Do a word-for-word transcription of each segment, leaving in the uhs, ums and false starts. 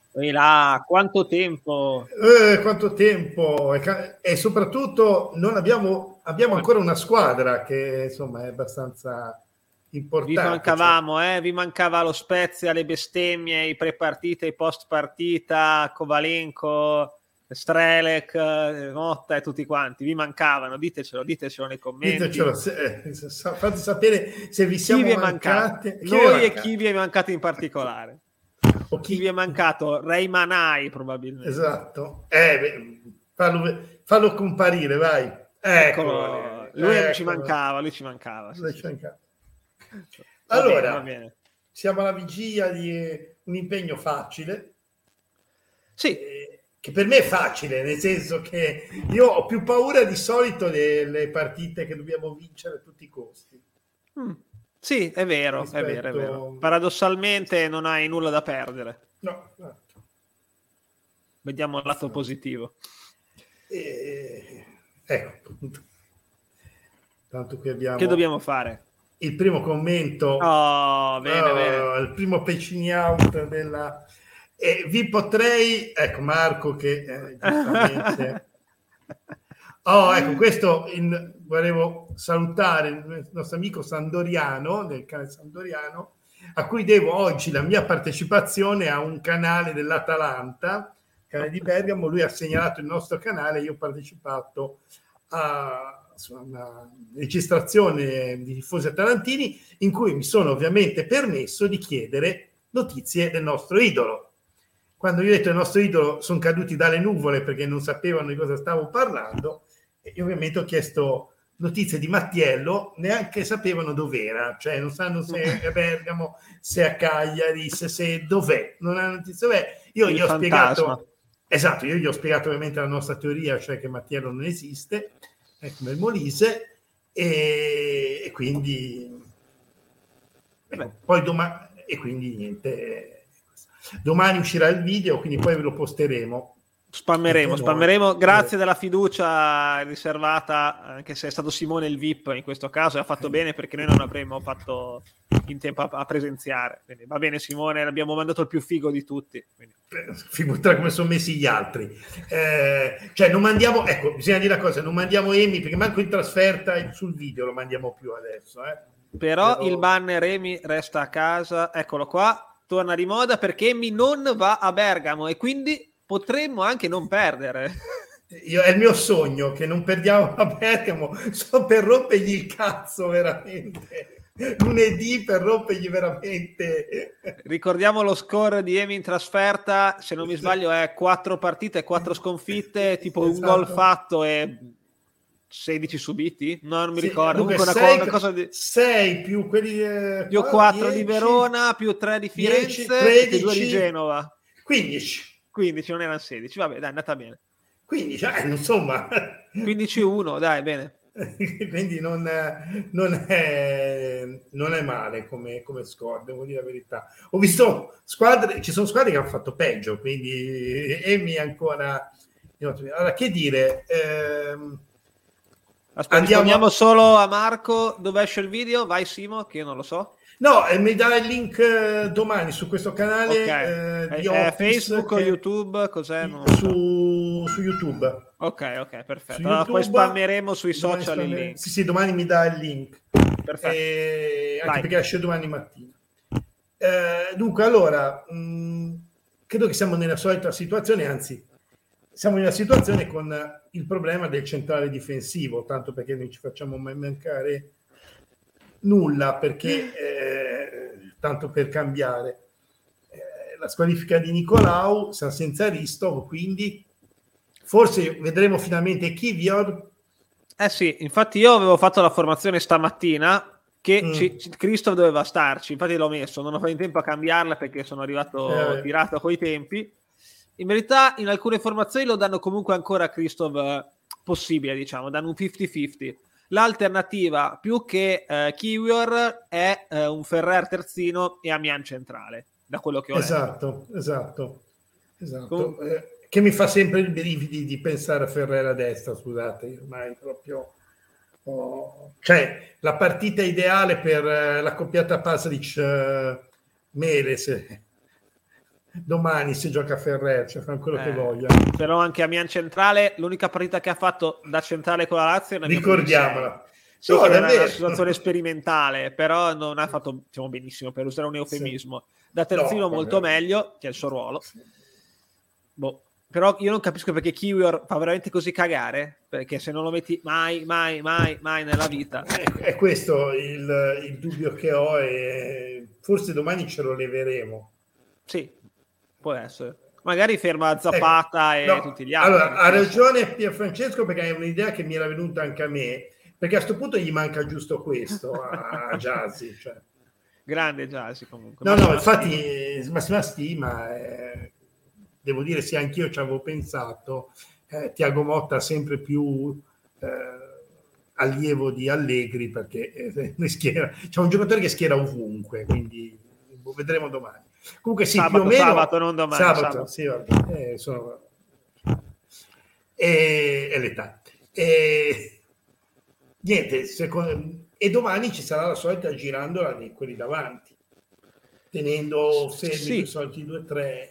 E là, quanto tempo? Eh, quanto tempo! E, e soprattutto non abbiamo, abbiamo ancora una squadra che insomma è abbastanza Vi importante. mancavamo, Cioè. eh? Vi mancava lo Spezia, le bestemmie, i pre-partita, i post-partita, Kovalenko, Strelec, Motta e tutti quanti. Vi mancavano, ditecelo, ditecelo nei commenti. Ditecelo, se, eh, fate sapere se vi Chi siamo vi è mancati. mancato? Noi e chi vi è mancato in particolare. O chi, chi vi è mancato? Ray Manai probabilmente. Esatto. Eh, beh, fallo, fallo comparire, vai. Eccolo, Eccolo. Lì. Lui eccolo. ci mancava, lui ci mancava. Sì, lui sì. ci mancava. Va Allora, bene, va bene. Siamo alla vigilia di un impegno facile. Sì. Eh, che per me è facile, nel senso che io ho più paura di solito delle partite che dobbiamo vincere a tutti i costi. Mm. Sì, è vero, Rispetto... è vero, è vero. Paradossalmente non hai nulla da perdere. No, no. Vediamo il lato positivo. Eh, ecco, tanto qui abbiamo... Che dobbiamo fare? Il primo commento, oh, bene, oh, bene. il primo pacing out della... E vi potrei, ecco Marco che eh, giustamente... Oh, ecco, questo in, volevo salutare il nostro amico Sandoriano, del canale Sandoriano, a cui devo oggi la mia partecipazione a un canale dell'Atalanta, canale di Bergamo. Lui ha segnalato il nostro canale, io ho partecipato a una registrazione di tifosi atalantini in cui mi sono ovviamente permesso di chiedere notizie del nostro idolo. Quando io ho detto il nostro idolo sono caduti dalle nuvole perché non sapevano di cosa stavo parlando, e io ovviamente ho chiesto notizie di Mattiello, neanche sapevano dov'era, cioè non sanno se è a Bergamo, se è a Cagliari, se, se dov'è, non hanno notizie dov'è. Io il gli ho fantasma. spiegato, esatto, io gli ho spiegato ovviamente la nostra teoria, cioè che Mattiello non esiste, è come il Molise, e, e quindi ecco, poi domani, e quindi niente, domani uscirà il video, quindi poi ve lo posteremo. Spammeremo, spammeremo. Grazie della fiducia riservata, anche se è stato Simone il V I P in questo caso, e ha fatto bene perché noi non avremmo fatto in tempo a, a presenziare. Quindi va bene Simone, l'abbiamo mandato il più figo di tutti. Figurati come sono messi gli altri. Eh, cioè non mandiamo, ecco, bisogna dire una cosa, non mandiamo Emi perché manco in trasferta sul video lo mandiamo più adesso. Eh. Però, Però il banner Emi resta a casa, eccolo qua, torna di moda perché Emi non va a Bergamo e quindi potremmo anche non perdere. Io, è il mio sogno che non perdiamo a Bergamo, solo per rompergli il cazzo veramente. Lunedì per rompergli veramente. Ricordiamo lo score di Emi in trasferta, se non mi sbaglio è quattro partite, quattro sconfitte, tipo esatto. Un gol fatto e sedici subiti? No, non mi sì, ricordo. Dunque, Comunque sei, una, una cosa di... sei più quelli eh, più quattro di Verona, più tre di Firenze dieci, tredici, e più due di Genova. quindici. quindici, non erano sedici. Vabbè, dai, è andata bene. quindici, eh, insomma. quindici uno, dai, bene. Quindi non, non, è, non è male come, come score, devo dire la verità. Ho visto squadre, ci sono squadre che hanno fatto peggio, quindi Emi ancora... Allora, che dire... Ehm, Aspetta, Andiamo... rispondiamo solo a Marco dove esce il video. Vai Simo, che io non lo so. No, eh, mi dai il link eh, domani su questo canale okay. eh, di è, Office. È Facebook o YouTube? Cos'è? Non su, su YouTube. Ok, ok, perfetto. Su allora, YouTube, poi spammeremo sui social spammer... il link. Sì, sì, domani mi dà il link. Perfetto. Eh, anche perché esce domani mattina. Eh, dunque, allora, mh, credo che siamo nella solita situazione, anzi, siamo nella situazione con il problema del centrale difensivo, tanto perché non ci facciamo mai mancare nulla, perché eh, tanto per cambiare eh, la squalifica di Nicolau sta senza Ristov, quindi forse vedremo finalmente Kivior. Eh sì, infatti io avevo fatto la formazione stamattina che mm. ci, Christoph doveva starci, infatti l'ho messo, non ho fatto in tempo a cambiarla perché sono arrivato eh. tirato coi tempi. In verità in alcune formazioni lo danno comunque ancora a Christoph eh, possibile, diciamo, danno un cinquanta cinquanta. L'alternativa più che eh, Kiwior è eh, un Ferrer terzino e Amian centrale, da quello che ho esatto, letto. Esatto, esatto, Com- eh, che mi fa sempre il brividi di pensare a Ferrer a destra, scusate, ormai proprio... Oh, cioè, la partita ideale per eh, la coppiata Pasalic-Meles. domani se gioca Ferrer, cioè fanno quello eh, che vogliono. Però anche Amiens centrale, l'unica partita che ha fatto da centrale con la Lazio è una ricordiamola. Sì, no, era una situazione sperimentale, però non ha fatto, diciamo, benissimo, per usare un eufemismo. Sì. Da terzino no, molto meglio, che è il suo ruolo. Sì. Boh. Però io non capisco perché Kiwior fa veramente così cagare, perché se non lo metti mai, mai, mai, mai nella vita. È, è questo il, il dubbio che ho e forse domani ce lo leveremo. Sì, può essere. Magari ferma Zapata eh, e no, tutti gli altri. Allora, ha ragione Pierfrancesco, perché è un'idea che mi era venuta anche a me, perché a sto punto gli manca giusto questo a Gyasi. Cioè. Grande Gyasi comunque. No, no, infatti massima stima. Eh, devo dire, sì, anch'io ci avevo pensato. Eh, Thiago Motta sempre più eh, allievo di Allegri, perché eh, schiera, c'è un giocatore che schiera ovunque, quindi vedremo domani. Comunque sì, sabato, più o meno sabato, non domani. Sabato, sabato. Sì, vabbè, eh, sono... e, e l'età. E, niente, secondo... e domani ci sarà la solita girandola di quelli davanti, tenendo fermi sì. i soliti due o tre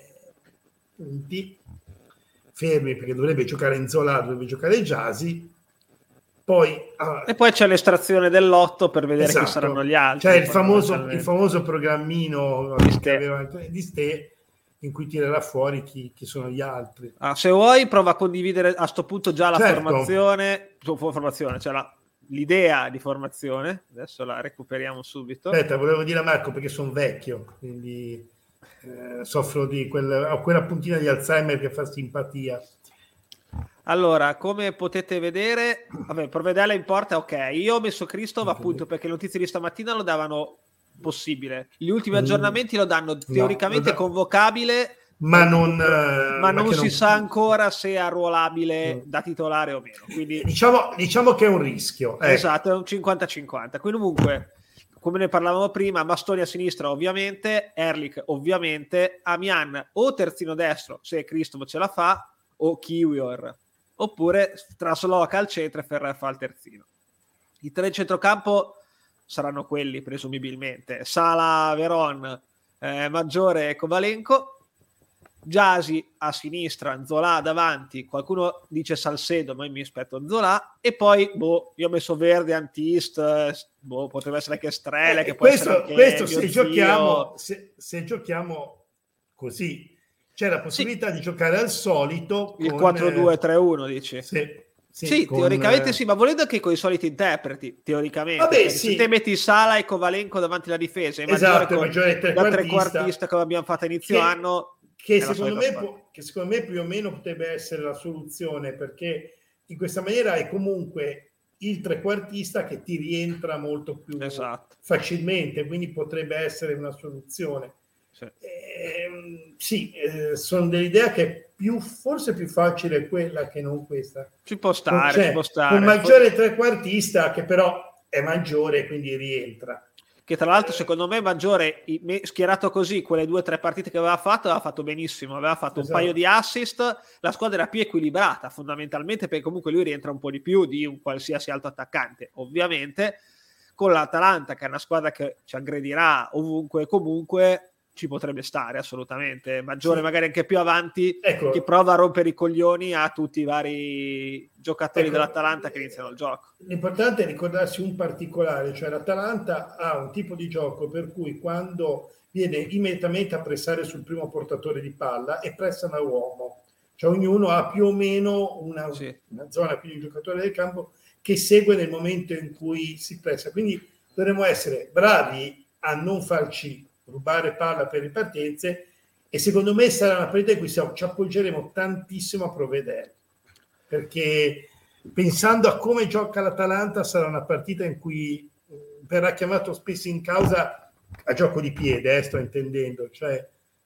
punti fermi, perché dovrebbe giocare Nzola, dovrebbe giocare Gyasi. Poi, ah, e poi c'è l'estrazione dell'otto per vedere esatto. chi saranno gli altri. Cioè il famoso, il famoso programmino di Ste. Che aveva di Ste, in cui tirerà fuori chi, chi sono gli altri. Ah, se vuoi prova a condividere a sto punto già la certo. formazione, formazione cioè la, l'idea di formazione. Adesso la recuperiamo subito. Aspetta, volevo dire a Marco perché sono vecchio, quindi eh, soffro di quel, ho quella puntina di Alzheimer che fa simpatia. Allora, come potete vedere, vabbè, Provedella in porta, ok. Io ho messo Kristov appunto perché le notizie di stamattina lo davano possibile. Gli ultimi aggiornamenti lo danno teoricamente no, lo da... convocabile, ma non, ma ma non si non... sa ancora se è arruolabile no. da titolare o meno. Quindi diciamo, diciamo che è un rischio. Eh. Esatto, è un cinquanta cinquanta. Quindi comunque, come ne parlavamo prima, Bastoni a sinistra ovviamente, Erlich ovviamente, Amiens o terzino destro se Kristov ce la fa, o Kiwior, oppure trasloca al centro e Ferrer fa il terzino. I tre in centrocampo saranno quelli presumibilmente: Sala, Veron, eh, Maggiore e Kovalenko, Gyasi a sinistra, Nzola davanti, qualcuno dice Salcedo, ma io mi aspetto Nzola, e poi boh, io ho messo Verde, Antist, boh, potrebbe essere anche Strele, eh, che questo, può essere questo se giochiamo, se, se giochiamo così c'è la possibilità sì. di giocare al solito il quattro due tre uno, dici? Sì. Sì, sì con... teoricamente sì, ma volendo anche con i soliti interpreti, teoricamente. Vabbè, sì. Se te metti Sala e Kovalenko davanti alla difesa, esatto, con la trequartista come abbiamo fatto a inizio che, anno, che secondo, me può, che secondo me più o meno potrebbe essere la soluzione, perché in questa maniera è comunque il trequartista che ti rientra molto più esatto. facilmente, quindi potrebbe essere una soluzione. Sì, eh, sì eh, sono dell'idea che è più, forse più facile quella che non questa. Ci può stare, cioè, ci può stare. Un maggiore trequartista che però è maggiore, quindi rientra. Che tra l'altro secondo me Maggiore, schierato così, quelle due o tre partite che aveva fatto, aveva fatto benissimo, aveva fatto esatto. un paio di assist, la squadra era più equilibrata fondamentalmente, perché comunque lui rientra un po' di più di un qualsiasi altro attaccante. Ovviamente con l'Atalanta, che è una squadra che ci aggredirà ovunque e comunque, ci potrebbe stare assolutamente. Maggiore sì. magari anche più avanti, ecco. che prova a rompere i coglioni a tutti i vari giocatori ecco. dell'Atalanta che iniziano il gioco. L'importante è ricordarsi un particolare, cioè l'Atalanta ha un tipo di gioco per cui quando viene immediatamente a pressare sul primo portatore di palla e pressano a uomo, cioè ognuno ha più o meno una, sì. una zona, quindi un giocatore del campo che segue nel momento in cui si pressa, quindi dovremmo essere bravi a non farci rubare palla per ripartenze, e secondo me sarà una partita in cui ci appoggeremo tantissimo a Provedere, perché pensando a come gioca l'Atalanta sarà una partita in cui verrà chiamato spesso in causa a gioco di piede, eh, sto intendendo, cioè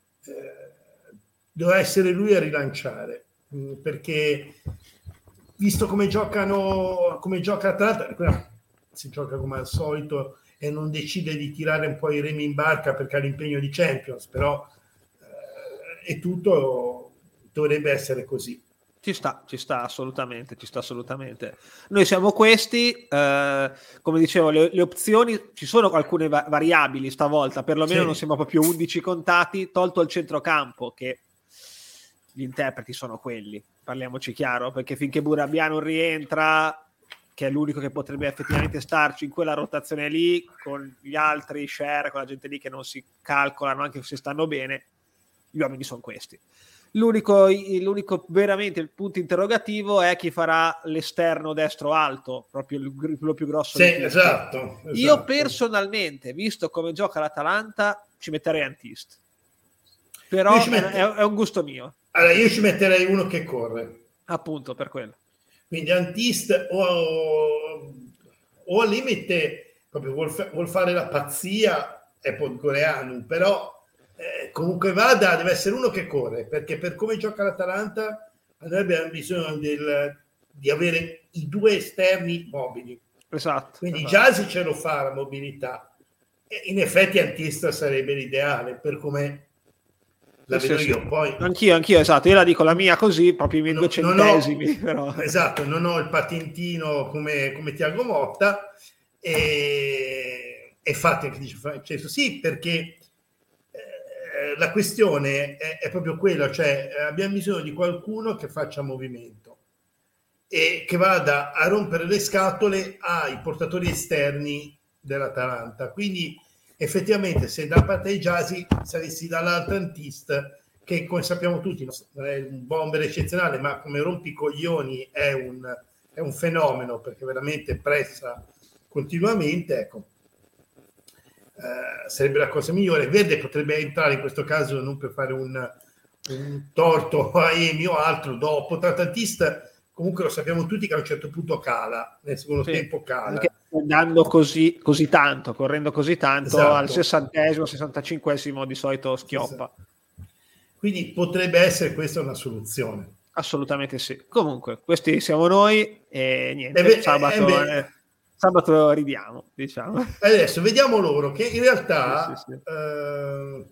eh, deve essere lui a rilanciare, perché visto come giocano, come gioca l'Atalanta, si gioca come al solito e non decide di tirare un po' i remi in barca perché ha l'impegno di Champions, però eh, è tutto, dovrebbe essere così. Ci sta, ci sta assolutamente, ci sta assolutamente. Noi siamo questi, eh, come dicevo, le, le opzioni, ci sono alcune va- variabili stavolta, perlomeno sì. Non siamo proprio undici contati, tolto il centrocampo, che gli interpreti sono quelli, parliamoci chiaro, perché finché Burabia non rientra, che è l'unico che potrebbe effettivamente starci in quella rotazione lì, con gli altri, share, con la gente lì che non si calcolano anche se stanno bene, gli uomini sono questi. L'unico, l'unico veramente il punto interrogativo è chi farà l'esterno destro alto, proprio il, quello più grosso. Sì, esatto, esatto. Io personalmente, visto come gioca l'Atalanta, ci metterei Antist. Però è, mette... è, è un gusto mio. Allora, io ci metterei uno che corre. Appunto, per quello. Quindi Antist o, o al limite proprio vuol, fa, vuol fare la pazzia è podgoreano, però Eh, comunque vada, deve essere uno che corre, perché per come gioca l'Atalanta noi abbiamo bisogno del, di avere i due esterni mobili. Esatto. Quindi esatto. Gyasi ce lo fa la mobilità. E in effetti Antista sarebbe l'ideale per come la sì, vedo sì, io. sì. Poi, anch'io, anch'io, esatto. Io la dico la mia così, proprio i miei no, due centesimi. Ho, però. Esatto, non ho il patentino come, come Tiago Motta e, e fate che dice Francesco, sì, perché la questione è, è proprio quella, cioè abbiamo bisogno di qualcuno che faccia movimento e che vada a rompere le scatole ai portatori esterni dell'Atalanta. Quindi effettivamente se da parte dei Gyasi saresti dall'Atlantista, che come sappiamo tutti non è un bomber eccezionale, ma come rompicoglioni è un, è un fenomeno, perché veramente pressa continuamente, ecco. Uh, sarebbe la cosa migliore. Verde potrebbe entrare in questo caso non per fare un, un torto a Emi o altro dopo. Trattantista comunque lo sappiamo tutti che a un certo punto cala, nel secondo sì, tempo cala. Anche andando così, così tanto, correndo così tanto, esatto. Al sessantesimo, sessantacinquesimo di solito schioppa. Esatto. Quindi potrebbe essere questa una soluzione. Assolutamente sì. Comunque, questi siamo noi e niente, e beh, sabato... e beh, eh, sabato ridiamo, diciamo. Adesso vediamo loro che in realtà sì, sì, sì. Eh,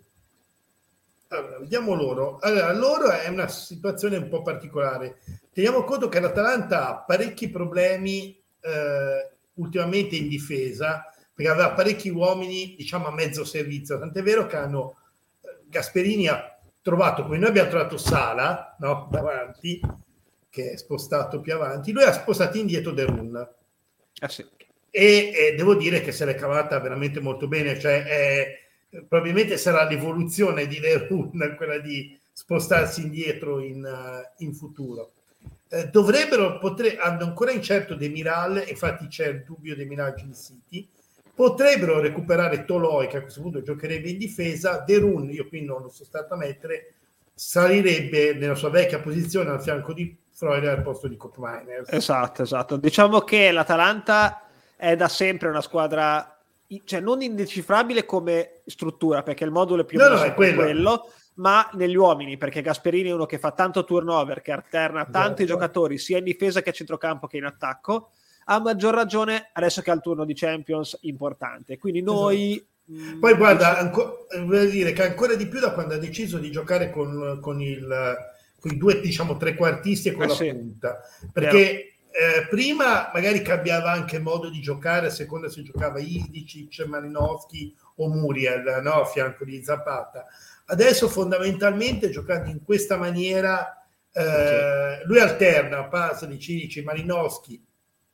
allora, vediamo loro. Allora, loro è una situazione un po' particolare. Teniamo conto che l'Atalanta ha parecchi problemi eh, ultimamente in difesa, perché aveva parecchi uomini, diciamo, a mezzo servizio. Tant'è vero che hanno Gasperini ha trovato, come noi abbiamo trovato Sala, no? Davanti, che è spostato più avanti. Lui ha spostato indietro De Run. Ah, sì. E, e devo dire che se l'è cavata veramente molto bene, cioè è, probabilmente sarà l'evoluzione di De Run, quella di spostarsi indietro in, uh, in futuro. Eh, dovrebbero, potre, hanno ancora incerto Demiral, infatti c'è il dubbio dei Miragini City, potrebbero recuperare Toloi, che a questo punto giocherebbe in difesa. De Run, io qui non lo sono stato a mettere, salirebbe nella sua vecchia posizione al fianco di Freuler al posto di Koopmeiners. Esatto, esatto. Diciamo che l'Atalanta è da sempre una squadra, cioè non indecifrabile come struttura, perché il modulo è più o meno no, no, quello. quello, ma negli uomini, perché Gasperini è uno che fa tanto turnover, che alterna esatto. tanti giocatori, sia in difesa che a centrocampo che in attacco, a maggior ragione adesso che ha il turno di Champions importante. Quindi noi... Esatto. Mh, Poi guarda, anco, voglio dire che ancora di più da quando ha deciso di giocare con, con, il, con i due, diciamo, trequartisti e con eh la sì. punta, perché... Vero. Eh, prima magari cambiava anche modo di giocare a seconda se giocava Idicic, Malinowski o Muriel, no? A fianco di Zapata. Adesso fondamentalmente giocando in questa maniera eh, okay. lui alterna, passa di Cilici, Malinowski,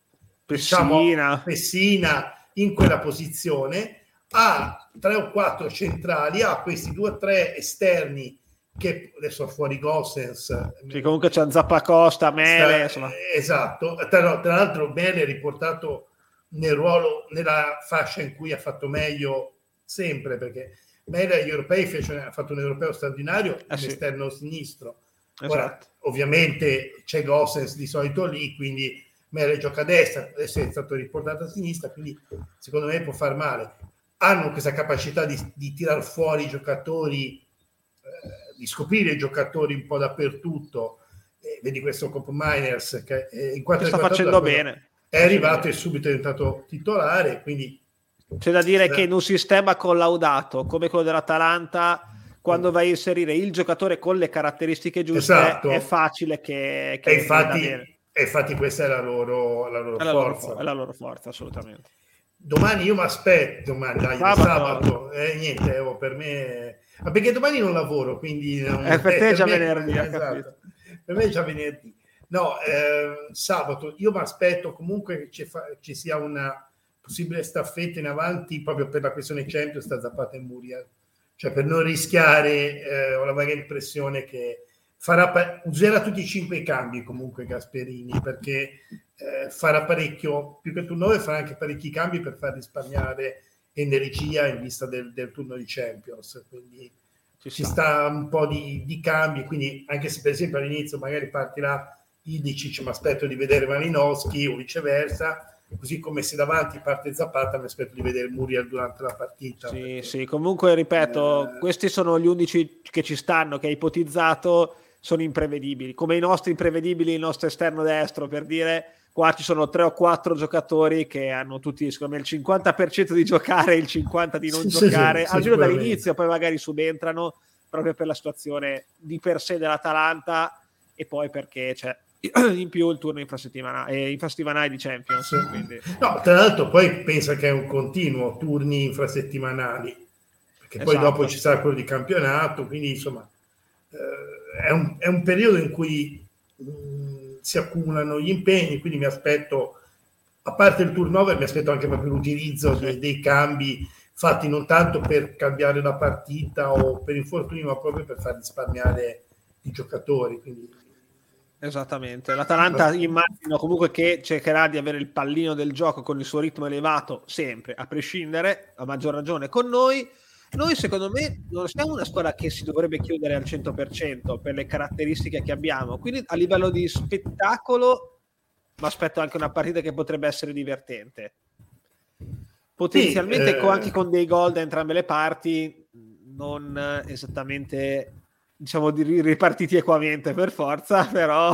Pessina. Diciamo, Pessina in quella posizione, ha tre o quattro centrali, ha questi due o tre esterni che adesso fuori Gossens, sì, comunque c'è Zappacosta, Mele, insomma. Esatto, tra, tra l'altro Mele è riportato nel ruolo, nella fascia in cui ha fatto meglio sempre, perché Mele agli europei fece, ha fatto un europeo straordinario eh sì. esterno sinistro. Esatto. Ora, ovviamente c'è Gossens di solito lì, quindi Mele gioca a destra, adesso è stato riportato a sinistra, quindi secondo me può far male. Hanno questa capacità di, di tirar fuori i giocatori, di scoprire i giocatori un po' dappertutto. Eh, vedi questo Koopmeiners che eh, in quattro sta facendo bene, è arrivato e subito è diventato titolare, quindi c'è da dire eh. che in un sistema collaudato come quello dell'Atalanta quando vai a inserire il giocatore con le caratteristiche giuste, esatto. È facile che, che e infatti, e infatti questa è la loro, la loro è la forza. Loro, è la loro forza, assolutamente. Domani io mi aspetto, domani, dai, sabato, sabato eh, niente, oh, per me... Ma perché domani non lavoro, quindi... Non, eh, per te è già me, venerdì, eh, esatto. Per me è già venerdì. No, eh, sabato io mi aspetto comunque che ci, fa, ci sia una possibile staffetta in avanti proprio per la questione Champions sta Zapata e Muriel. Cioè per non rischiare, eh, ho la vaga impressione che farà, userà tutti i cinque i cambi comunque Gasperini, perché eh, farà parecchio, più che turnover farà anche parecchi cambi per far risparmiare energia in vista del, del turno di Champions, quindi ci, ci sta un po' di, di cambi, quindi anche se per esempio all'inizio magari partirà Ilicic, mi aspetto di vedere Malinowski o viceversa, così come se davanti parte Zapata mi aspetto di vedere Muriel durante la partita. Sì, perché, sì, comunque ripeto, eh... questi sono gli undici che ci stanno, che hai ipotizzato, sono imprevedibili, come i nostri imprevedibili, il nostro esterno destro, per dire, qua ci sono tre o quattro giocatori che hanno tutti, secondo me, il cinquanta per cento di giocare e il cinquanta per cento di non sì, giocare, sì, almeno dall'inizio, poi magari subentrano proprio per la situazione di per sé dell'Atalanta e poi perché c'è in più il turno infrasettimanale, eh, infrasettimanale di Champions. Sì. Quindi... No, tra l'altro poi pensa che è un continuo turni infrasettimanali, perché poi esatto. Dopo ci sarà quello di campionato, quindi insomma eh, è, un, è un periodo in cui mh, si accumulano gli impegni, quindi mi aspetto, a parte il turnover, mi aspetto anche proprio l'utilizzo sì. dei, dei cambi fatti non tanto per cambiare la partita o per infortuni, ma proprio per far risparmiare i giocatori, quindi esattamente, l'Atalanta immagino comunque che cercherà di avere il pallino del gioco con il suo ritmo elevato sempre, a prescindere, a maggior ragione con noi. Noi secondo me non siamo una squadra che si dovrebbe chiudere al cento per cento per le caratteristiche che abbiamo, quindi a livello di spettacolo mi aspetto anche una partita che potrebbe essere divertente, potenzialmente sì, eh... anche con dei gol da entrambe le parti, non esattamente... diciamo di ripartiti equamente per forza, però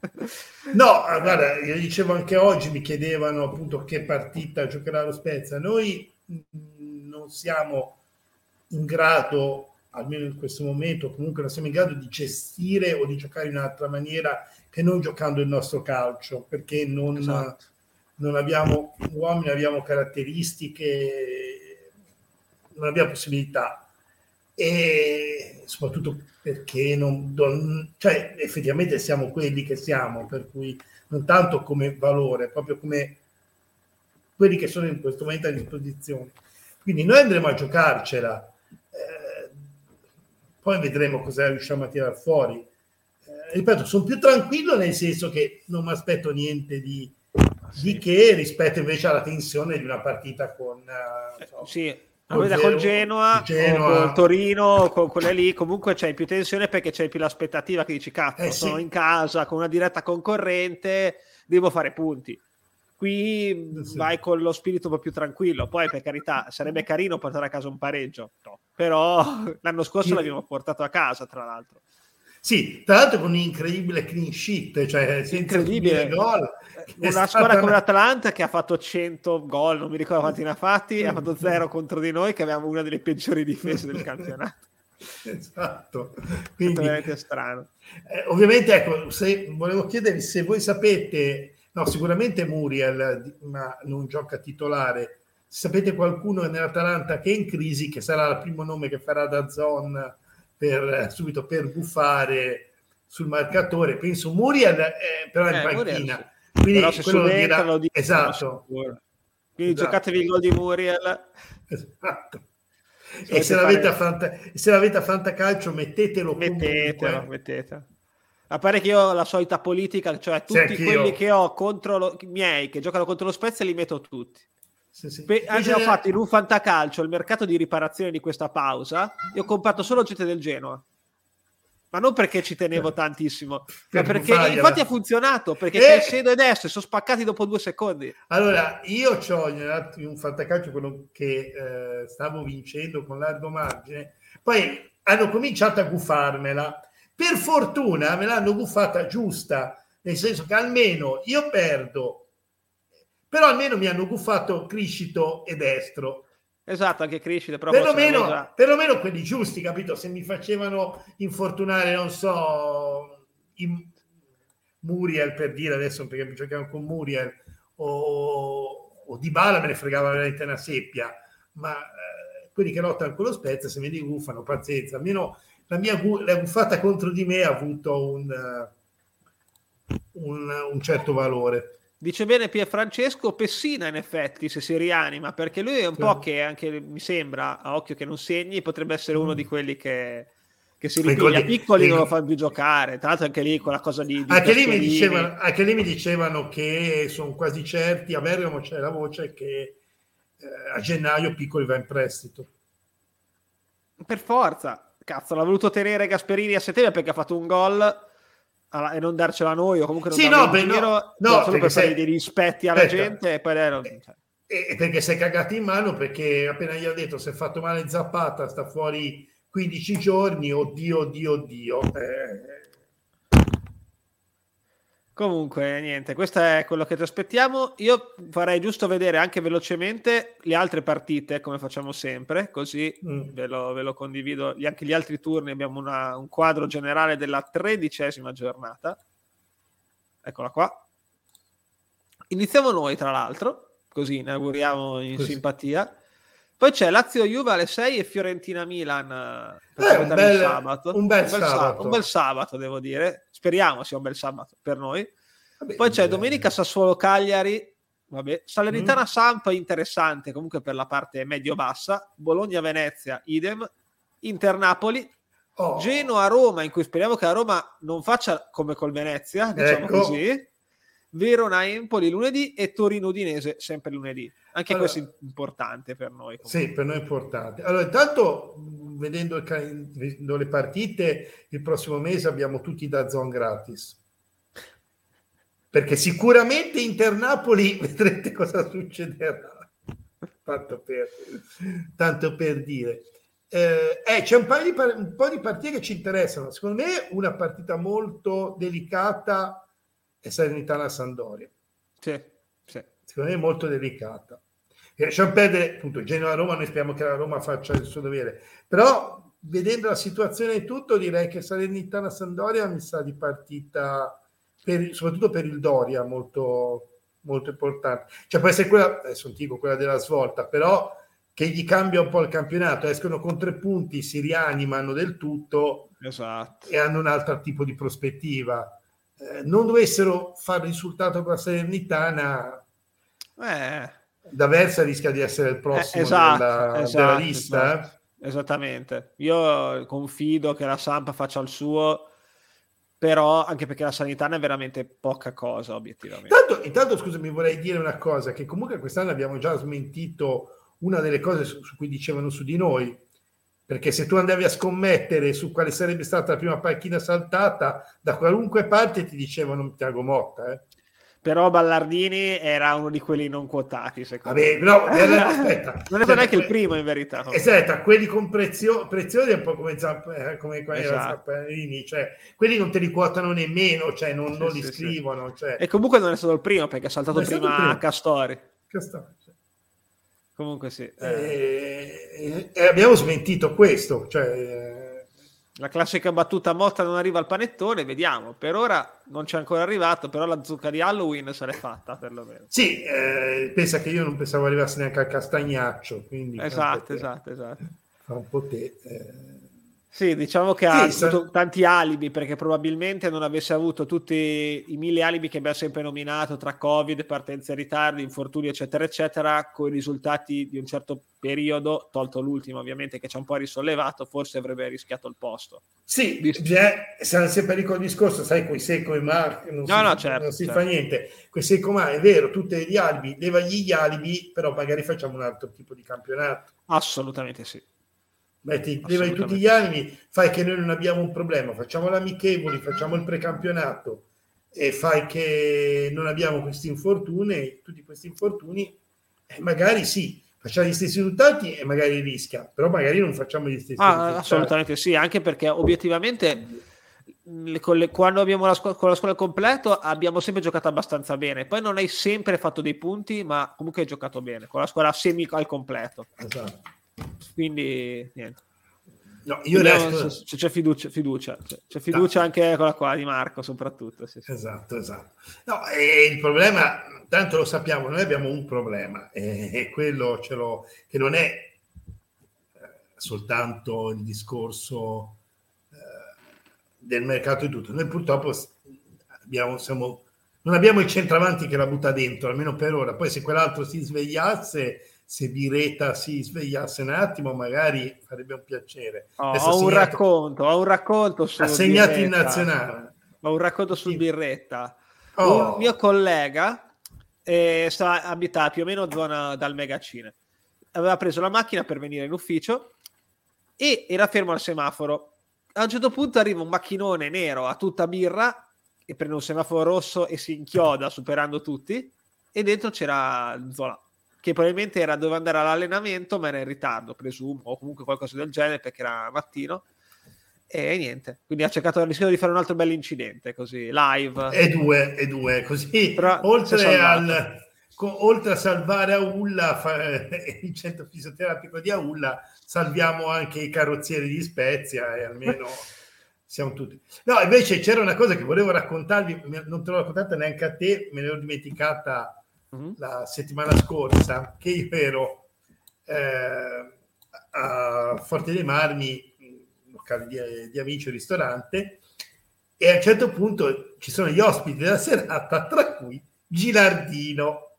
no, guarda, io dicevo anche oggi, mi chiedevano appunto che partita giocherà lo Spezia. Noi non siamo in grado, almeno in questo momento, comunque non siamo in grado di gestire o di giocare in un'altra maniera che non giocando il nostro calcio, perché non, esatto. non abbiamo uomini, abbiamo caratteristiche, non abbiamo possibilità. E soprattutto perché non, non cioè effettivamente siamo quelli che siamo, per cui non tanto come valore, proprio come quelli che sono in questo momento a disposizione. Quindi noi andremo a giocarcela, eh, poi vedremo cosa riusciamo a tirar fuori. Eh, ripeto, sono più tranquillo nel senso che non mi aspetto niente di, sì. di che rispetto invece alla tensione di una partita con uh, so, sì. La veda col Genoa, Genoa. O col Torino, con quelle lì, comunque c'hai più tensione perché c'hai più l'aspettativa che dici cazzo, eh, sono sì. in casa con una diretta concorrente, devo fare punti. Qui sì. vai con lo spirito un po' più tranquillo, poi per carità sarebbe carino portare a casa un pareggio, no. Però l'anno scorso sì. l'abbiamo portato a casa tra l'altro. Sì, tra l'altro con un incredibile clean sheet, cioè senza incredibile gol. Una squadra come una... l'Atalanta che ha fatto cento gol, non mi ricordo quanti ne ha fatti, ha fatto zero contro di noi che avevamo una delle peggiori difese del campionato. Esatto. Quindi, è veramente strano. Eh, ovviamente, ecco, se volevo chiedervi se voi sapete, no, sicuramente Muriel, ma non gioca titolare. Se sapete qualcuno nell'Atalanta che è in crisi, che sarà il primo nome che farà da zone per subito per buffare sul marcatore, penso Muriel, eh, però è in eh, panchina. Muriel, sì. Quindi però se quello lo dirà, lo dico, esatto. Quindi esatto. Giocatevi il gol di Muriel. Esatto. E se, fare... l'avete fanta... se l'avete a Fantacalcio mettetelo mettetelo, comunque. Mettetelo. A pare che io ho la solita politica, cioè tutti quelli che ho contro lo... miei che giocano contro lo Spezia li metto tutti. Sì, sì. Pe- anche ho fatto in un fantacalcio il mercato di riparazione di questa pausa e ho comprato solo gente del Genoa, ma non perché ci tenevo tantissimo, per ma perché fargliela. Infatti ha funzionato perché eh. Caicedo e Destro sono spaccati dopo due secondi. Allora io c'ho in un fantacalcio quello che eh, stavo vincendo con largo margine, poi hanno cominciato a guffarmela, per fortuna me l'hanno guffata giusta, nel senso che almeno io perdo, però almeno mi hanno guffato Criscito e Destro. Esatto, anche Criscide, però perlomeno, già... perlomeno quelli giusti, capito? Se mi facevano infortunare, non so, in Muriel, per dire adesso, perché giochiamo con Muriel, o, o Dybala, me ne fregava veramente una seppia, ma eh, quelli che lottano con lo Spezia, se me li guffano, pazienza. Almeno la mia la guffata contro di me ha avuto un, un, un certo valore. Dice bene Pierfrancesco, Pessina in effetti se si rianima, perché lui è un sì. po' che anche mi sembra a occhio che non segni, potrebbe essere uno di quelli che, che si ripiglia. Piccoli di, non lo fanno più giocare, tra l'altro anche lì quella cosa di, di anche, lì mi dicevano, anche lì mi dicevano che sono quasi certi, a Bergamo c'è la voce che eh, a gennaio Piccoli va in prestito. Per forza, cazzo, l'ha voluto tenere Gasperini a settembre perché ha fatto un gol e non darcela a noi, o comunque non sì, no, beh, giro, no, no, solo per fare dei rispetti alla aspetta, gente e poi ero... e, e perché si è cagato in mano, perché appena gli ho detto si è fatto male Zapata, sta fuori quindici giorni, oddio, oddio, oddio. Eh. Comunque, niente, questo è quello che ti aspettiamo. Io farei giusto vedere anche velocemente le altre partite, come facciamo sempre, così mm. ve, lo, ve lo condivido. Gli, anche gli altri turni abbiamo una, un quadro generale della tredicesima giornata. Eccola qua. Iniziamo noi, tra l'altro, così inauguriamo in così. Simpatia. Poi c'è Lazio-Juve alle sei e Fiorentina-Milan per eh, un, bel, sabato. Un, bel un bel sabato. Un bel sabato, devo dire. Speriamo sia un bel sabato per noi. Vabbè, poi c'è domenica Sassuolo-Cagliari, vabbè. Salernitana-Samp, interessante comunque per la parte medio-bassa. Bologna-Venezia, idem. Inter-Napoli. Oh. Genoa-Roma, in cui speriamo che la Roma non faccia come col Venezia, diciamo ecco. così. Verona-Empoli lunedì e Torino-Udinese sempre lunedì. Anche allora, questo è importante per noi. Comunque. Sì, per noi è importante. Allora, intanto, vedendo, il, vedendo le partite, il prossimo mese abbiamo tutti da zone gratis. Perché sicuramente Inter-Napoli vedrete cosa succederà. Tanto per, tanto per dire. Eh, eh, c'è un, paio di, un po' di partite che ci interessano. Secondo me una partita molto delicata è Salernitana-Sampdoria. Sì, sì. Secondo me è molto delicata. E lasciamo perdere appunto Genoa-Roma, noi speriamo che la Roma faccia il suo dovere. Però vedendo la situazione e tutto, direi che Salernitana-Sampdoria mi sa di partita, per, soprattutto per il Doria, molto, molto importante. Cioè può essere quella, adesso non dico quella della svolta, però che gli cambia un po' il campionato, escono con tre punti, si rianimano del tutto esatto. E hanno un altro tipo di prospettiva. Eh, non dovessero fare risultato con la Salernitana, eh. D'Aversa rischia di essere il prossimo eh, esatto, della, esatto, della lista. Esatto. Esattamente. Io confido che la Samp faccia il suo, però anche perché la Salernitana è veramente poca cosa, obiettivamente. Intanto, intanto scusami, vorrei dire una cosa, che comunque quest'anno abbiamo già smentito una delle cose su, su cui dicevano su di noi, perché se tu andavi a scommettere su quale sarebbe stata la prima panchina saltata, da qualunque parte ti dicevano Thiago Motta, eh. Però Ballardini era uno di quelli non quotati, secondo Vabbè, me. no, aspetta. Non è aspetta, neanche il primo, in verità. Esatto, quelli con prezio, preziosi è un po' come, Zamp- come qua esatto. era Zapparini, cioè quelli non te li quotano nemmeno, cioè non, sì, non li sì, scrivono. Sì. Cioè. E comunque non è stato il primo, perché ha saltato prima, prima Castori. Castori, sì. Comunque sì. Eh. E, e abbiamo smentito questo, cioè... La classica battuta Motta non arriva al panettone, vediamo. Per ora non c'è ancora arrivato, però la zucca di Halloween se l'è fatta perlomeno. Sì, eh, pensa che io non pensavo arrivasse neanche al castagnaccio. Quindi esatto, esatto, esatto. Fa un po' te. Eh. Sì, diciamo che ha sì, avuto sa... tanti alibi, perché probabilmente non avesse avuto tutti i mille alibi che abbiamo sempre nominato tra Covid, partenze in ritardo, infortuni, eccetera, eccetera, con i risultati di un certo periodo, tolto l'ultimo ovviamente che ci ha un po' risollevato, forse avrebbe rischiato il posto. Sì, siamo sempre con il discorso, sai, quei secoli ma non, no, si, no, certo, non si certo. fa niente. Quei secoli ma è vero, tutti gli alibi, levagli gli alibi, però magari facciamo un altro tipo di campionato. Assolutamente sì. Metti, levai tutti gli animi, fai che noi non abbiamo un problema, facciamo l'amichevoli, facciamo il precampionato e fai che non abbiamo questi infortuni, tutti questi infortuni, eh, magari sì, facciamo gli stessi risultati e magari rischia, però magari non facciamo gli stessi ah, risultati. Assolutamente sì, anche perché obiettivamente con le, quando abbiamo la squadra, con la squadra al completo abbiamo sempre giocato abbastanza bene, poi non hai sempre fatto dei punti, ma comunque hai giocato bene con la squadra semi al completo. Esatto. Quindi niente. No, io resto... se, se c'è fiducia, fiducia. C'è, c'è fiducia no. anche con la qua di Marco soprattutto. Sì, sì. Esatto, esatto. No, e il problema, tanto lo sappiamo, noi abbiamo un problema e, e quello ce l'ho, che non è eh, soltanto il discorso eh, del mercato e tutto. Noi purtroppo abbiamo, siamo, non abbiamo il centravanti che la butta dentro, almeno per ora. Poi se quell'altro si svegliasse, se Biretta si svegliasse un attimo, magari farebbe un piacere. Oh, ho un segnato, racconto, ho un racconto su ha segnato in nazionale. Ho un racconto su Biretta. Oh. Un mio collega eh, sta abita più o meno zona dal Megacine. Aveva preso la macchina per venire in ufficio e era fermo al semaforo. A un certo punto arriva un macchinone nero a tutta birra e prende un semaforo rosso e si inchioda superando tutti, e dentro c'era Zola, che probabilmente era doveva andare all'allenamento ma era in ritardo, presumo, o comunque qualcosa del genere perché era mattino, e niente, quindi ha cercato di fare un altro bel incidente così live e due e due così. Però oltre al co, oltre a salvare Aulla fa, eh, il centro fisioterapico di Aulla, salviamo anche i carrozzieri di Spezia e almeno siamo tutti. No, invece c'era una cosa che volevo raccontarvi, non te l'ho raccontata neanche a te, me l'ho dimenticata Mm-hmm. la settimana scorsa, che io ero eh, a Forte dei Marmi, locale di, di amici, ristorante, e a un certo punto ci sono gli ospiti della serata, tra cui Gilardino,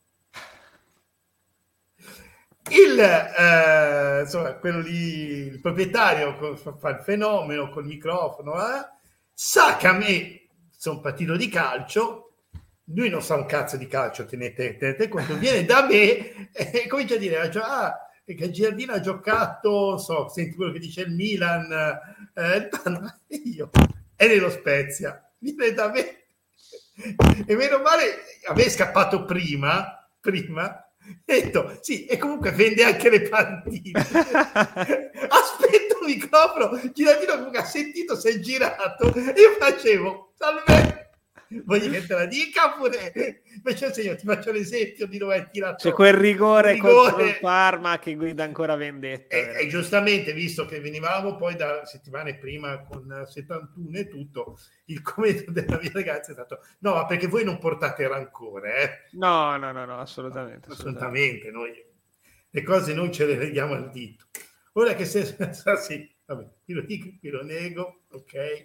il eh, insomma quello lì, il proprietario, fa il fenomeno col microfono, eh, sa che a me sono un partito di calcio. Lui non sa un cazzo di calcio, tenete, tenete conto, viene da me e comincia a dire, cioè, ah, che Giardino ha giocato, so, senti quello che dice il Milan, eh, io, è nello Spezia, viene da me, e meno male, a me è scappato prima, prima, e detto, sì, e comunque vende anche le partite. Aspetta un microfono, Giardino comunque ha sentito, si è girato, e io facevo, salve, voglio che te la dica pure, invece se io ti faccio l'esempio di dove hai tirato, c'è quel rigore, rigore. Contro il Parma che guida ancora vendetta, e, e giustamente, visto che venivamo poi da settimane prima con settantuno e tutto, il commento della mia ragazza è stato no, ma perché voi non portate rancore, eh? no no no no assolutamente, no, assolutamente, assolutamente. Noi le cose non ce le leghiamo al dito. Ora che se sì, vabbè, qui lo dico, qui lo nego, ok.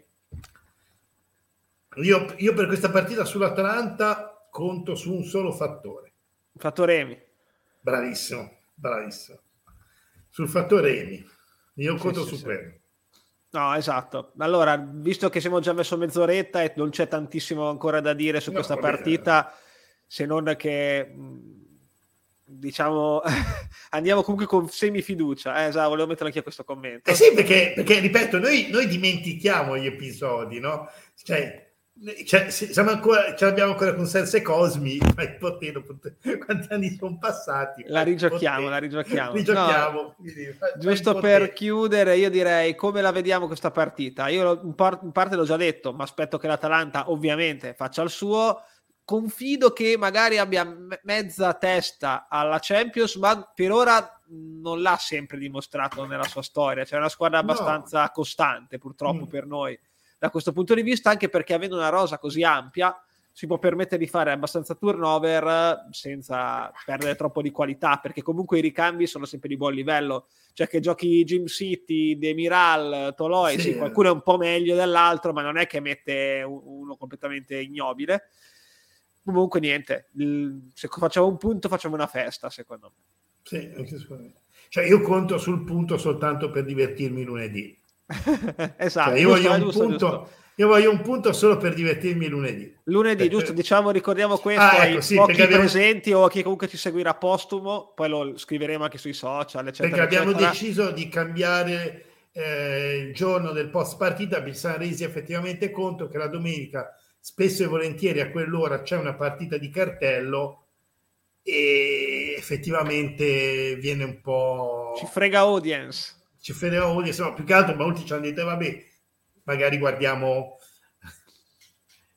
Io, io per questa partita sull'Atalanta conto su un solo fattore. Fattore Emi. Bravissimo, bravissimo. Sul fattore Emi. Io sì, conto sì, su sì. quello. No, esatto. Allora, visto che siamo già messo mezz'oretta e non c'è tantissimo ancora da dire su no, questa partita, bene. Se non che diciamo andiamo comunque con semifiducia. Eh, esatto, volevo mettere anche a questo commento. Eh sì, perché, perché ripeto, noi, noi dimentichiamo gli episodi, no? Cioè, Cioè, siamo ancora, ce l'abbiamo ancora con Sense Cosmi, ma potendo, quanti anni sono passati? La rigiochiamo, la rigiochiamo. rigiochiamo. No, quindi, giusto per chiudere, io direi come la vediamo questa partita. Io in, par- in parte l'ho già detto, ma aspetto che l'Atalanta ovviamente faccia il suo. Confido che magari abbia me- mezza testa alla Champions, ma per ora non l'ha sempre dimostrato nella sua storia. C'è una squadra abbastanza no. costante, purtroppo mm. per noi. Da questo punto di vista, anche perché avendo una rosa così ampia si può permettere di fare abbastanza turnover senza perdere troppo di qualità, perché comunque i ricambi sono sempre di buon livello, cioè che giochi Jim City, Demiral, Toloi, sì, sì, qualcuno è un po' meglio dell'altro, ma non è che mette uno completamente ignobile. Comunque niente, se facciamo un punto facciamo una festa, secondo me. Sì, anche secondo me. Cioè io conto sul punto soltanto per divertirmi lunedì. Esatto, cioè io, giusto, voglio un giusto, punto, giusto. io voglio un punto solo per divertirmi lunedì. Lunedì, giusto, diciamo, ricordiamo questo ah, ecco, ai sì, pochi abbiamo... presenti o a chi comunque ci seguirà postumo, poi lo scriveremo anche sui social, eccetera. Perché abbiamo eccetera. deciso di cambiare eh, il giorno del post partita, mi siamo resi effettivamente conto che la domenica spesso e volentieri a quell'ora c'è una partita di cartello e effettivamente viene un po'... Ci frega audience. Ci frega audience, no, più che altro molti ci hanno detto vabbè, magari guardiamo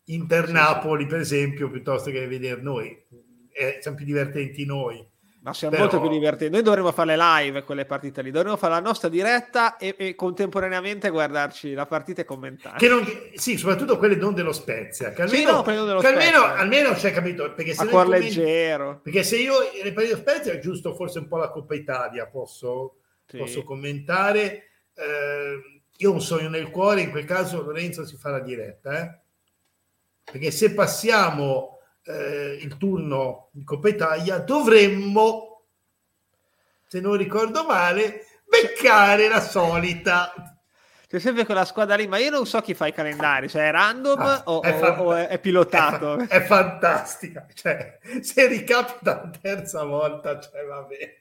Inter-Napoli, sì, sì. per esempio, piuttosto che vedere noi. Eh, siamo più divertenti noi. Ma siamo Però... molto più divertenti. Noi dovremmo fare le live, quelle partite lì. Dovremmo fare la nostra diretta e, e contemporaneamente guardarci la partita e commentare. Che non, sì, soprattutto quelle non dello Spezia. Che almeno, sì, no, quello dello che almeno, Spezia. almeno c'è capito. Perché se a cuor commenti, leggero. Perché se io le partite dello Spezia è giusto forse un po' la Coppa Italia posso, sì. posso commentare. Eh, io ho un sogno nel cuore, in quel caso Lorenzo si fa la diretta. Eh? Perché se passiamo... Eh, il turno di Coppa Italia dovremmo, se non ricordo male, beccare la solita. C'è sempre quella squadra lì, ma io non so chi fa i calendari, cioè è random ah, o, è, fant- o è pilotato? È, fa- è fantastica, cioè se ricapita la terza volta, cioè vabbè,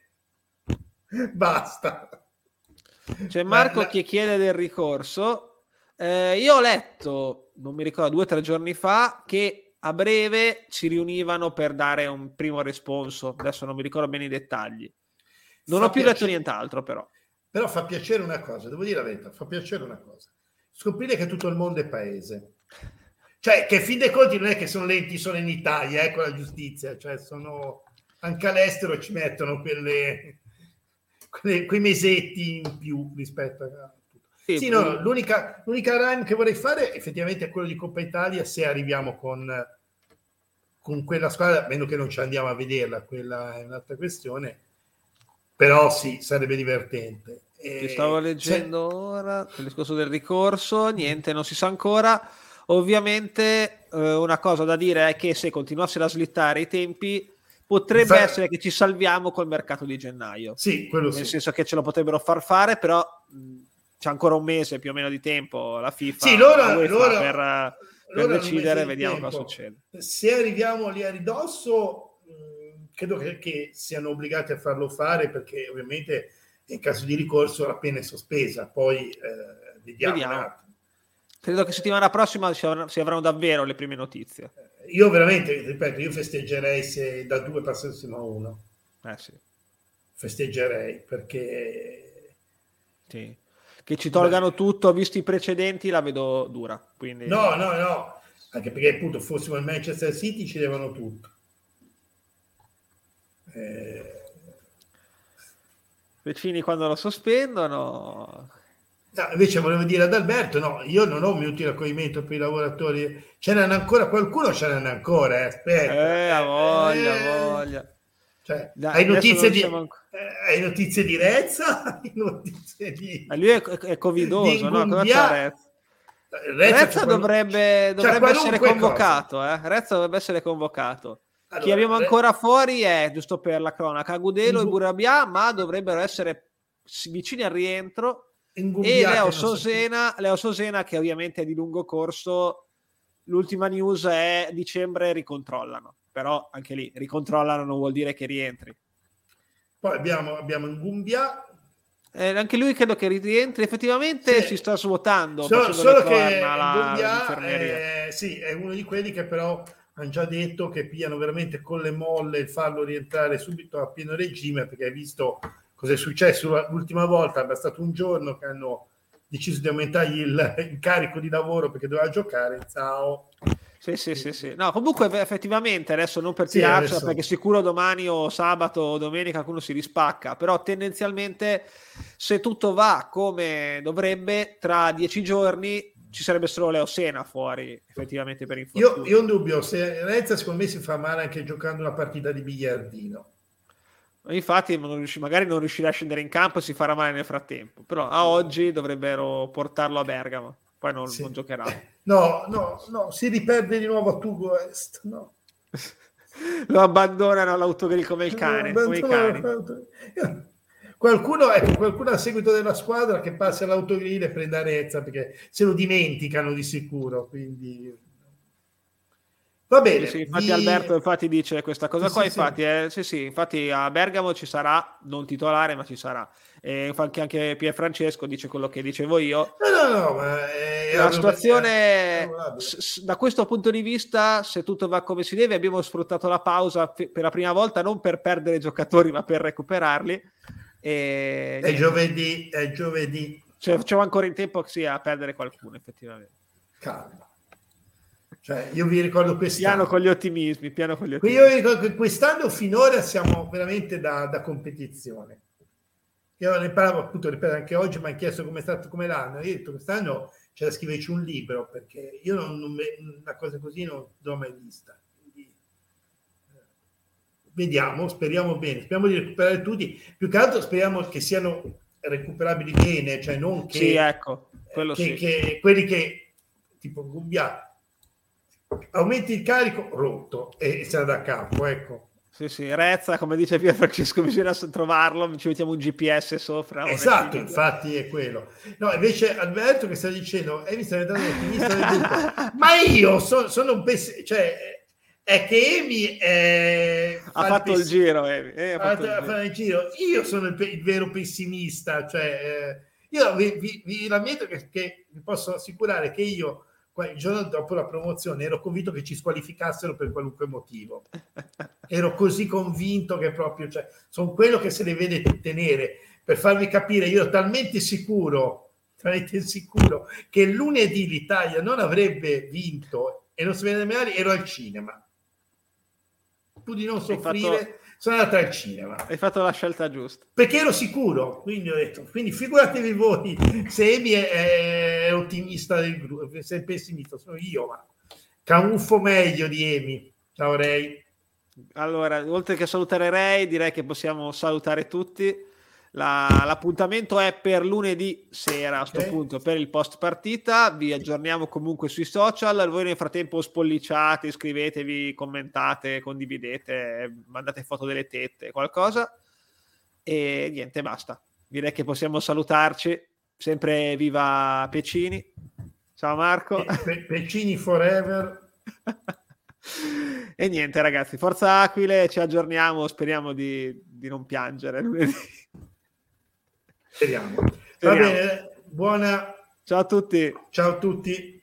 basta. C'è Marco ma, che chiede del ricorso. Eh, io ho letto, non mi ricordo, due o tre giorni fa, che a breve ci riunivano per dare un primo responso. Adesso non mi ricordo bene i dettagli. Non fa ho più piacere, letto nient'altro, però. Però fa piacere una cosa, devo dire la verità, fa piacere una cosa. Scoprire che tutto il mondo è paese. Cioè, che a fin dei conti non è che sono lenti solo in Italia, eh, con la giustizia. Cioè, sono... Anche all'estero ci mettono quelle... quelle... quei mesetti in più rispetto a... Sì, sì no, l'unica, l'unica run che vorrei fare effettivamente è quello di Coppa Italia, se arriviamo con, con quella squadra, a meno che non ci andiamo a vederla, quella è un'altra questione, però sì, sarebbe divertente. Ti stavo leggendo se... ora il discorso del ricorso, niente, non si sa ancora. Ovviamente eh, una cosa da dire è che se continuassero a slittare i tempi potrebbe Fa... essere che ci salviamo col mercato di gennaio. Sì, quello nel sì. senso che ce lo potrebbero far fare, però mh, c'è ancora un mese più o meno di tempo la FIFA sì, loro, la loro, per, per loro decidere, vediamo tempo. cosa succede. Se arriviamo lì a ridosso mh, credo che, che siano obbligati a farlo fare, perché ovviamente in caso di ricorso la pena è sospesa, poi eh, vediamo, vediamo. Credo che settimana prossima si avranno, si avranno davvero le prime notizie. Io veramente, ripeto, io festeggerei se da due passassimo a uno. Eh sì. Festeggerei, perché... Sì. Che ci tolgano Beh. tutto, visti i precedenti, la vedo dura. Quindi... No, no, no, anche perché appunto fossimo il Manchester City ci devono tutto. Eh... Vecini quando lo sospendono... No, invece volevo dire ad Alberto, no, io non ho un minuto di raccoglimento per i lavoratori. Ce n'hanno ancora qualcuno, ce n'hanno ancora, eh, aspetta. Eh, a voglia, eh, a voglia. Cioè, Da, hai, notizie di, siamo... eh, hai notizie di Rezza? Hai notizie di... Ma lui è, è covidoso, no? Cosa c'ha Rezza? Rezza, Rezza dovrebbe, dovrebbe essere convocato, eh? Rezza dovrebbe essere convocato. Allora, Chi abbiamo ancora Re... fuori è, giusto per la cronaca, Agudelo e Burabia, ma dovrebbero essere vicini al rientro. E Leo Sosena, so Leo Sosena, che ovviamente è di lungo corso. L'ultima news è dicembre ricontrollano, però anche lì ricontrollano non vuol dire che rientri. Poi abbiamo, abbiamo Ngumbia. Eh, anche lui credo che rientri, effettivamente sì. si sta svuotando. So, solo che Ngumbia è, sì, è uno di quelli che però hanno già detto che pigliano veramente con le molle il farlo rientrare subito a pieno regime, perché hai visto cosa è successo l'ultima volta, è bastato un giorno che hanno deciso di aumentargli il, il carico di lavoro perché doveva giocare. Ciao. Sì, sì, sì, sì. No, comunque effettivamente adesso non per tirarcela, sì, adesso... perché sicuro domani o sabato o domenica qualcuno si rispacca, però tendenzialmente se tutto va come dovrebbe, tra dieci giorni ci sarebbe solo Leo Sena fuori effettivamente per infortunio. Io, io ho un dubbio, se Rezza secondo me si fa male anche giocando una partita di biliardino. Infatti non riusci, magari non riuscirà a scendere in campo e si farà male nel frattempo, però a oggi dovrebbero portarlo a Bergamo, poi non, sì. non giocherà. No, no, no, si riperde di nuovo a Tugo Est, no. Lo abbandonano all'autogrill come il cane, no, come i cani. Qualcuno, ecco, qualcuno a seguito della squadra che passa all'autogrill e prende Rezza, perché se lo dimenticano di sicuro, quindi... Va bene. Sì, sì, infatti vi... Alberto infatti dice questa cosa sì, qua, sì, infatti, sì. Eh, sì, sì, infatti a Bergamo ci sarà, non titolare, ma ci sarà. E infatti anche Pier Francesco dice quello che dicevo io. No, no, no, ma è... La situazione, è... s- da questo punto di vista, se tutto va come si deve, abbiamo sfruttato la pausa f- per la prima volta, non per perdere giocatori, ma per recuperarli. E... È giovedì, è giovedì. Cioè, facciamo ancora in tempo sì, a perdere qualcuno, effettivamente. Calma. Cioè, io vi ricordo quest'anno. Piano con gli ottimismi, piano con gli ottimismi. Io vi ricordo che quest'anno finora siamo veramente da, da competizione. Io ne parlavo appunto, ripeto, anche oggi mi hanno chiesto come è stato, come l'anno. Io ho detto quest'anno c'è da scriverci un libro, perché io non, non una cosa così non l'ho mai vista. Quindi, eh, vediamo, speriamo bene, speriamo di recuperare tutti. Più che altro speriamo che siano recuperabili bene, cioè non che, sì, ecco, quello che, sì. che quelli che tipo Gubbia aumenti il carico, rotto e sarà da capo, ecco. Sì, sì, Rezza, come dice Pier Francesco, bisogna trovarlo, ci mettiamo un G P S sopra. Esatto, infatti è quello. No, invece Alberto che sta dicendo, e mi sta diventando ottimista del gruppo, ma io so, sono un pessimista, cioè è che Emi è, ha fa fatto il, pess- il giro, Emi. Eh, ha fatto fa, il, fa il giro. Io sono il, il vero pessimista, cioè eh, io vi, vi, vi lamento che, che vi posso assicurare che io il giorno dopo la promozione ero convinto che ci squalificassero per qualunque motivo. Ero così convinto che proprio, cioè, sono quello che se ne vede tenere. Per farvi capire, io ero talmente sicuro, talmente sicuro che lunedì l'Italia non avrebbe vinto e non si vede mai, ero al cinema. Pur di non soffrire, fatto... sono andato al cinema. Hai fatto la scelta giusta. Perché ero sicuro, quindi ho detto, quindi figuratevi voi se Emi è, è ottimista del gruppo, se è pessimista, sono io, ma camuffo meglio di Emi. Ciao Ray. Allora, oltre che salutare Ray, direi che possiamo salutare tutti. La, l'appuntamento è per lunedì sera a questo okay. punto per il post partita. Vi aggiorniamo comunque sui social. Voi nel frattempo spolliciate, iscrivetevi, commentate, condividete, mandate foto delle tette, qualcosa. E niente, basta. Direi che possiamo salutarci. Sempre viva Pecini. Ciao Marco. Pe- Pecini forever. E niente ragazzi, forza Aquile, ci aggiorniamo, speriamo di, di non piangere lunedì. Speriamo. Speriamo. Va bene, buona. Ciao a tutti. Ciao a tutti.